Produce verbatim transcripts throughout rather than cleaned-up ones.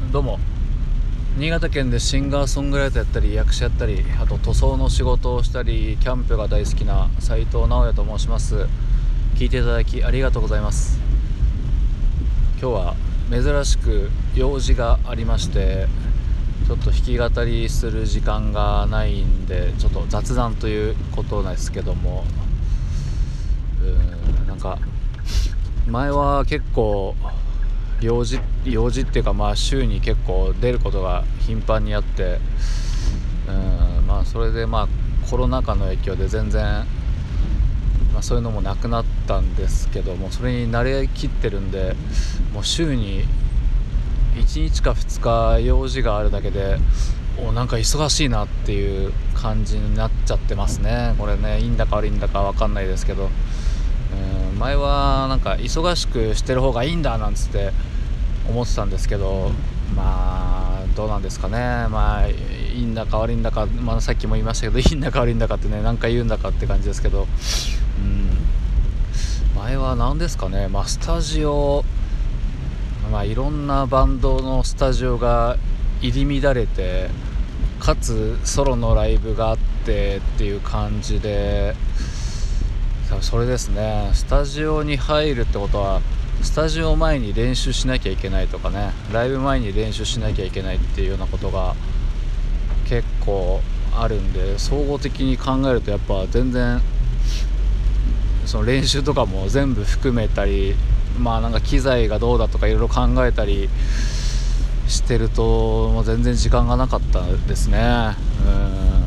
どうも、新潟県でシンガーソングライターやったり役者やったり、あと塗装の仕事をしたりキャンプが大好きな斉藤直也と申します。聞いていただきありがとうございます。今日は珍しく用事がありまして、ちょっと弾き語りする時間がないんで、ちょっと雑談ということなんですけども、うーんなんか前は結構用事用事っていうか、まあ週に結構出ることが頻繁にあって、うーんまあそれでまあコロナ禍の影響で全然、まあ、そういうのもなくなったんですけども、それに慣れきってるんで、もう週にいちにちかふつか用事があるだけで、おなんか忙しいなっていう感じになっちゃってますね。これね、いいんだか悪いんだか分かんないですけど、うん前はなんか忙しくしてる方がいいんだなんつって思ってたんですけど、まあどうなんですかね。まあいいんだか悪いんだか、まあ、さっきも言いましたけど、いいんだか悪いんだかってね、何回言うんだかって感じですけど、うん前は何ですかね、まあスタジオ、まあいろんなバンドのスタジオが入り乱れて、かつソロのライブがあってっていう感じで、それですね。スタジオに入るってことは、スタジオ前に練習しなきゃいけないとかね、ライブ前に練習しなきゃいけないっていうようなことが結構あるんで、総合的に考えるとやっぱ全然その練習とかも全部含めたり、まあなんか機材がどうだとかいろいろ考えたりしてると、もう全然時間がなかったですね。うん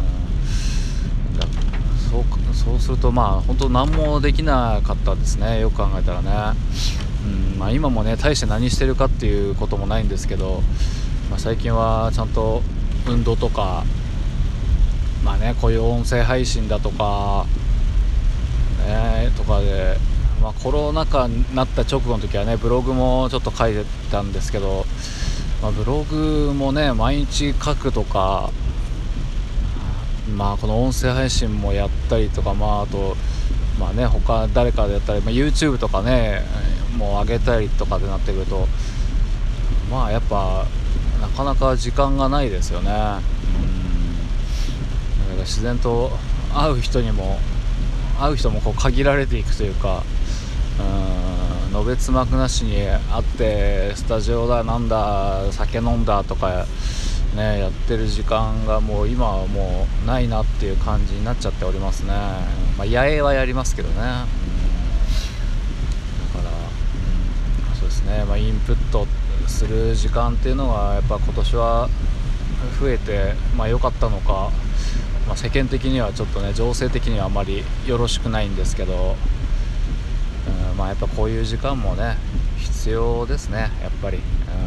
そうそうするとまあ本当何もできなかったですね、よく考えたらね。うんまあ、今もね大して何してるかっていうこともないんですけど、まあ、最近はちゃんと運動とか、まあね、こういう音声配信だとかねとかで、まあ、コロナ禍になった直後の時はね、ブログもちょっと書いてたんですけど、まあ、ブログもね毎日書くとか、まあこの音声配信もやったりとか、まああとまあね他誰かでやったり、まあ、YouTube とかねもう上げたりとかでなってくると、まあやっぱなかなか時間がないですよね。うんだから自然と会う人にも会う人もこう限られていくというか、うんのべつ幕なしに会ってスタジオだなんだ酒飲んだとかね、やってる時間がもう今はもうないなっていう感じになっちゃっておりますね。まあ、野営はやりますけどね、うん、だから、うん、そうですね、まあ、インプットする時間っていうのはやっぱ今年は増えて、まあ、良かったのか、まあ、世間的にはちょっとね情勢的にはあまりよろしくないんですけど、うんまあ、やっぱこういう時間もね必要ですね、やっぱり。うん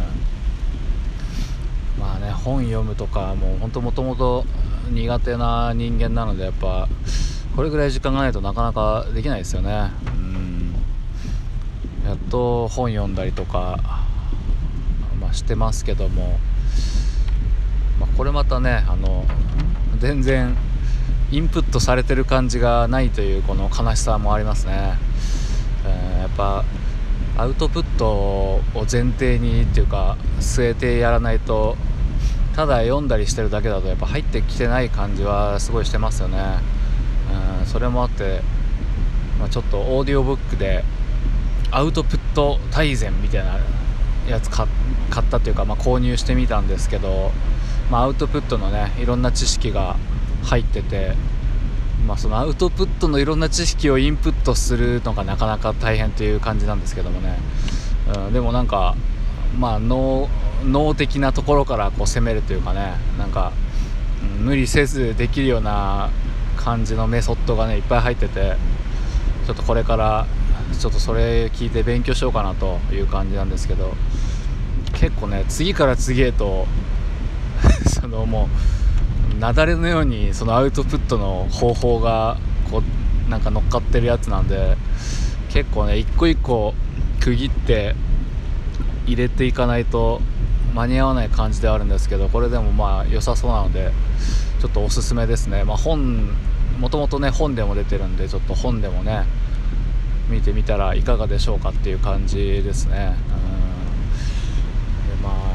まあね、本読むとかも本当もともと苦手な人間なので、やっぱこれぐらい時間がないとなかなかできないですよね。うんやっと本読んだりとか、まあ、してますけども、まあ、これまたねあの全然インプットされてる感じがないというこの悲しさもありますね。えー、やっぱアウトプットを前提にっていうか据えてやらないと、ただ読んだりしてるだけだとやっぱ入ってきてない感じはすごいしてますよね。うんそれもあって、まあ、ちょっとオーディオブックでアウトプット大全みたいなやつ買ったというか、まあ、購入してみたんですけど、まあ、アウトプットのねいろんな知識が入ってて、まあ、そのアウトプットのいろんな知識をインプットするのがなかなか大変という感じなんですけどもね、うん、でもなんかまあ脳脳的なところからこう攻めるというかね、なんか、うん、無理せずできるような感じのメソッドがねいっぱい入ってて、ちょっとこれからちょっとそれ聞いて勉強しようかなという感じなんですけど、結構ね次から次へとそのもう雪崩のようにそのアウトプットの方法がこうなんか乗っかってるやつなんで、結構ね一個一個区切って入れていかないと間に合わない感じではあるんですけど、これでもまあ良さそうなのでちょっとおすすめですね。まあ本もともとね本でも出てるんで、ちょっと本でもね見てみたらいかがでしょうかっていう感じですね。うんでまあ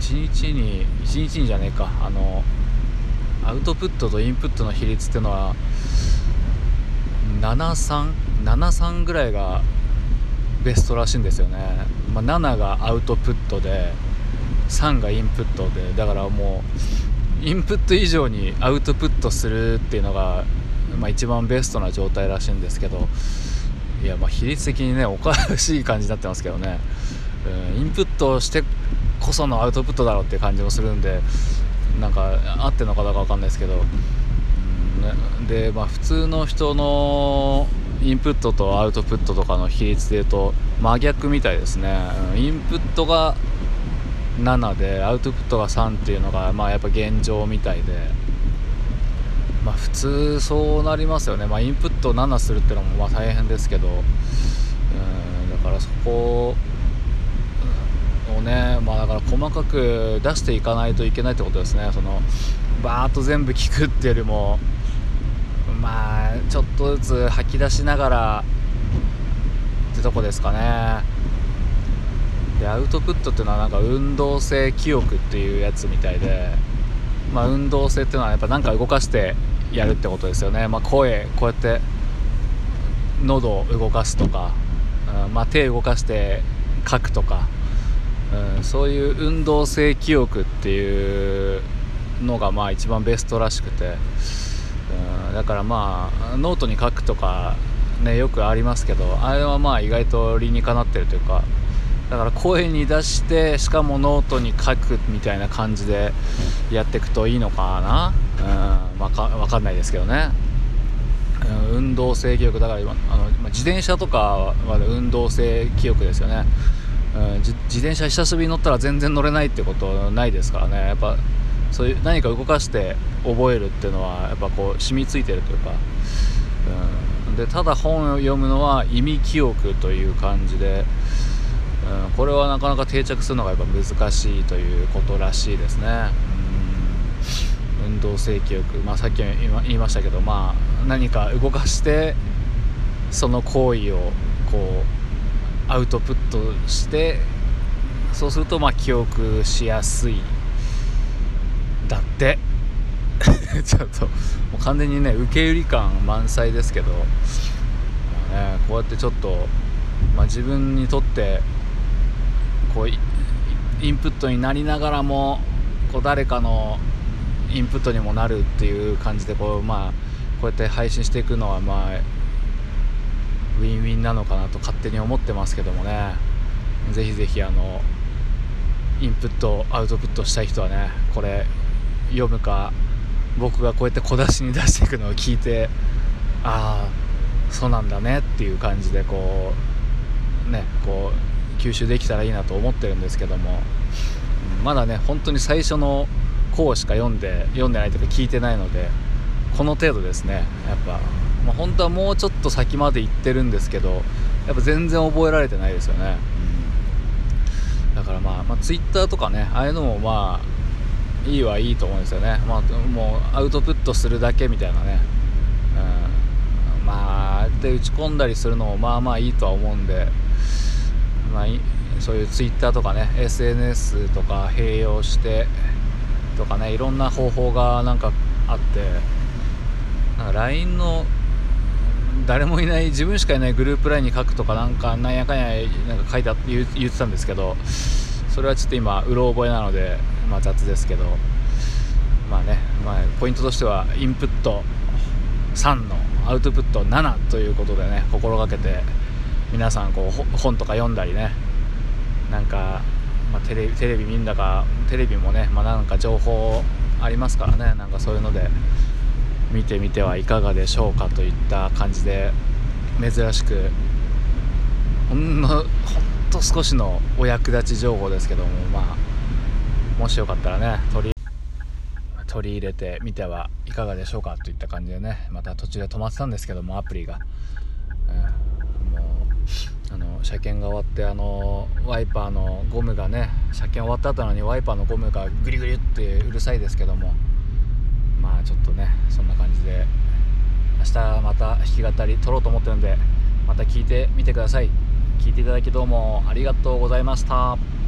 ちにちにいちにちにじゃねえかあのアウトプットとインプットの比率っていうのはななさん ななさんぐらいがベストらしいんですよね。まあ、なながアウトプットでさんがインプットで、だからもうインプット以上にアウトプットするっていうのが、まあ、一番ベストな状態らしいんですけど、いやまあ比率的にねおかしい感じになってますけどね、うん、インプットしてこそのアウトプットだろうっていう感じもするんで、なんか合ってるのかどうか分かんないですけど、うん、でまあ普通の人のインプットとアウトプットとかの比率でいうと真逆みたいですね。インプットがななでアウトプットがさんっていうのがまあやっぱ現状みたいで、まあ普通そうなりますよね。まあインプットをななするっていうのもまあ大変ですけど、うんだからそこをね、まあだから細かく出していかないといけないってことですね。そのバーッと全部聞くっていうよりも、まあちょっとずつ吐き出しながらってとこですかね。でアウトプットっていうのはなんか運動性記憶っていうやつみたいで、まあ運動性っていうのはやっぱ何か動かしてやるってことですよね。まあ声こうやって喉を動かすとか、うん、まあ手動かして書くとか、うん、そういう運動性記憶っていうのがまあ一番ベストらしくて、うん、だからまあノートに書くとかねよくありますけど、あれはまあ意外と理にかなってるというか、だから声に出してしかもノートに書くみたいな感じでやっていくといいのかな、うんまあ、か分かんないですけどね、うん、運動性記憶だから今あの自転車とかは運動性記憶ですよね、うん、自, 自転車久しぶりに乗ったら全然乗れないってことないですからね。やっぱそういう何か動かして覚えるっていうのはやっぱこう染みついてるというか、うん、でただ本を読むのは意味記憶という感じで、うん、これはなかなか定着するのがやっぱ難しいということらしいですね。うん、運動性記憶、まあ、さっきも言いましたけど、まあ、何か動かしてその行為をこうアウトプットして、そうするとまあ記憶しやすいだってちょっともう完全にね受け売り感満載ですけど、まあね、こうやってちょっと、まあ、自分にとってこうインプットになりながらもこう誰かのインプットにもなるっていう感じでこう、まあ、こうやって配信していくのはまあウィンウィンなのかなと勝手に思ってますけどもね、ぜひぜひあのインプットアウトプットしたい人はねこれ読むか僕がこうやって小出しに出していくのを聞いて、ああそうなんだねっていう感じでこうねこう吸収できたらいいなと思ってるんですけども、まだね本当に最初の項しか読んで読んでないというか聞いてないので、この程度ですね。やっぱ、まあ、本当はもうちょっと先まで行ってるんですけど、やっぱ全然覚えられてないですよね、うん、だからまあ、まあ、ツイッターとかねああいうのもまあいいはいいと思うんですよね。まあ、もうアウトプットするだけみたいなね、うん、まあで打ち込んだりするのもまあまあいいとは思うんで、まあ、そういうツイッターとかね エスエヌエス とか併用してとかねいろんな方法がなんかあって、なんか ライン の誰もいない自分しかいないグループ ライン に書くとかなんかなんやかんやなんか書いてあって言ってたんですけど、それはちょっと今うろ覚えなので、まあ、雑ですけど、まあね、まあ、ポイントとしてはインプットさんのアウトプットななということでね心がけて皆さんこう本とか読んだりね、なんか、まあ、テレビ、テレビ見んだかテレビもね、まあ、なんか情報ありますからね、なんかそういうので見てみてはいかがでしょうかといった感じで、珍しくほんのほんと少しのお役立ち情報ですけども、まあもしよかったらね取り取り入れてみてはいかがでしょうかといった感じでね、また途中で止まってたんですけどもアプリが、うん、もうあの車検が終わってあのワイパーのゴムがね車検終わった後なのにワイパーのゴムがグリグリってうるさいですけども、まあちょっとねそんな感じで明日また弾き語り撮ろうと思ってるんで、また聞いてみてください。聞いていただきどうもありがとうございました。